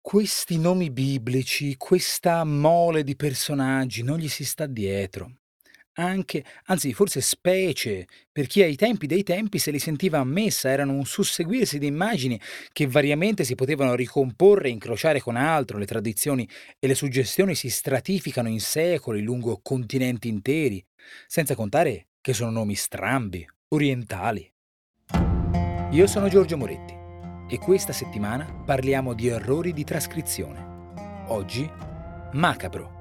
Questi nomi biblici, questa mole di personaggi, non gli si sta dietro. Anche anzi forse specie per chi ai tempi dei tempi se li sentiva a messa, erano un susseguirsi di immagini che variamente si potevano ricomporre e incrociare con altro, le tradizioni e le suggestioni si stratificano in secoli lungo continenti interi, senza contare che sono nomi strambi, orientali. Io sono Giorgio Moretti e questa settimana parliamo di errori di trascrizione. Oggi, macabro.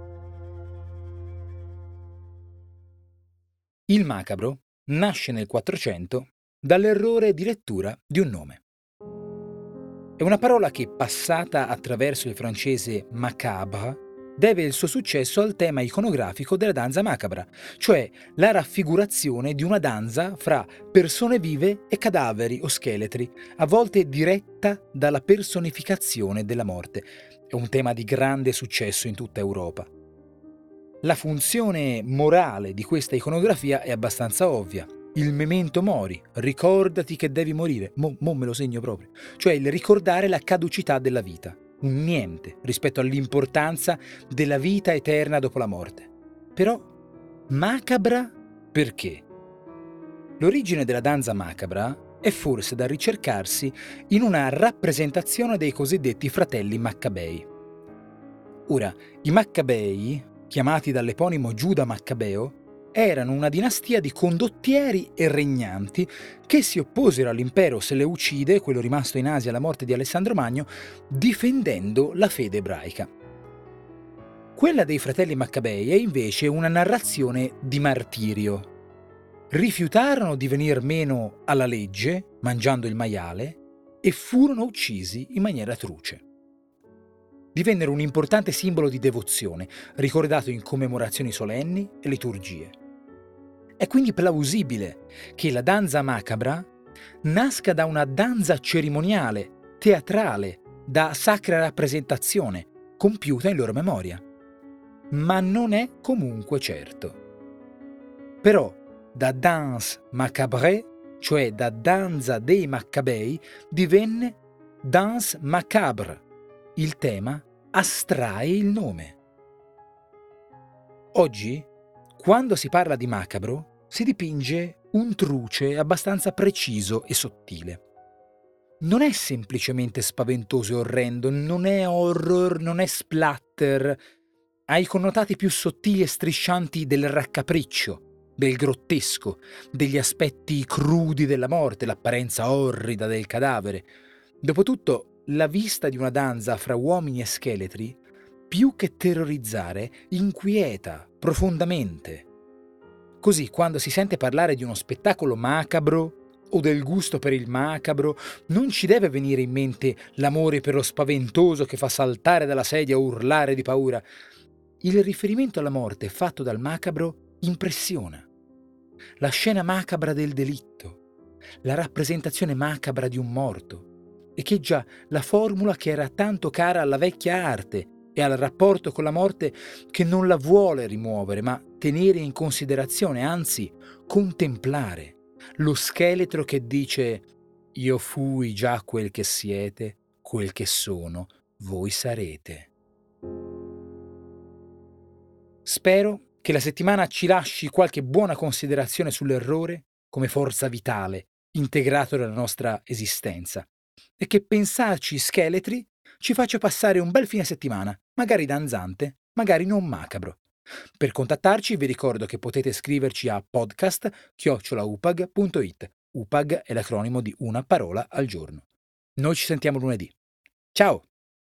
Il macabro nasce nel 400 dall'errore di lettura di un nome. È una parola che, passata attraverso il francese macabre, deve il suo successo al tema iconografico della danza macabra, cioè la raffigurazione di una danza fra persone vive e cadaveri o scheletri, a volte diretta dalla personificazione della morte. È un tema di grande successo in tutta Europa. La funzione morale di questa iconografia è abbastanza ovvia. Il memento mori, ricordati che devi morire, mo me lo segno proprio, cioè il ricordare la caducità della vita, un niente rispetto all'importanza della vita eterna dopo la morte. Però, macabra perché? L'origine della danza macabra è forse da ricercarsi in una rappresentazione dei cosiddetti fratelli Maccabei. Ora, i Maccabei, chiamati dall'eponimo Giuda Maccabeo, erano una dinastia di condottieri e regnanti che si opposero all'impero seleucide, quello rimasto in Asia alla morte di Alessandro Magno, difendendo la fede ebraica. Quella dei fratelli Maccabei è invece una narrazione di martirio. Rifiutarono di venir meno alla legge, mangiando il maiale, e furono uccisi in maniera truce. Divennero un importante simbolo di devozione, ricordato in commemorazioni solenni e liturgie. È quindi plausibile che la danza macabra nasca da una danza cerimoniale, teatrale, da sacra rappresentazione, compiuta in loro memoria. Ma non è comunque certo. Però, da danse macabre, cioè da danza dei Maccabei, divenne danse macabre. Il tema astrae il nome. Oggi, quando si parla di macabro, si dipinge un truce abbastanza preciso e sottile. Non è semplicemente spaventoso e orrendo, non è horror, non è splatter, ha i connotati più sottili e striscianti del raccapriccio, del grottesco, degli aspetti crudi della morte, l'apparenza orrida del cadavere. Dopotutto, la vista di una danza fra uomini e scheletri, più che terrorizzare, inquieta profondamente. Così, quando si sente parlare di uno spettacolo macabro o del gusto per il macabro, non ci deve venire in mente l'amore per lo spaventoso che fa saltare dalla sedia o urlare di paura. Il riferimento alla morte fatto dal macabro impressiona. La scena macabra del delitto, la rappresentazione macabra di un morto, echeggia la formula che era tanto cara alla vecchia arte e al rapporto con la morte che non la vuole rimuovere, ma tenere in considerazione, anzi contemplare, lo scheletro che dice «Io fui già quel che siete, quel che sono, voi sarete». Spero che la settimana ci lasci qualche buona considerazione sull'errore come forza vitale integrato nella nostra esistenza e che pensarci scheletri ci faccia passare un bel fine settimana, magari danzante, magari non macabro. Per contattarci vi ricordo che potete scriverci a podcast@upag.it. UPAG è l'acronimo di una parola al giorno. Noi ci sentiamo lunedì. Ciao!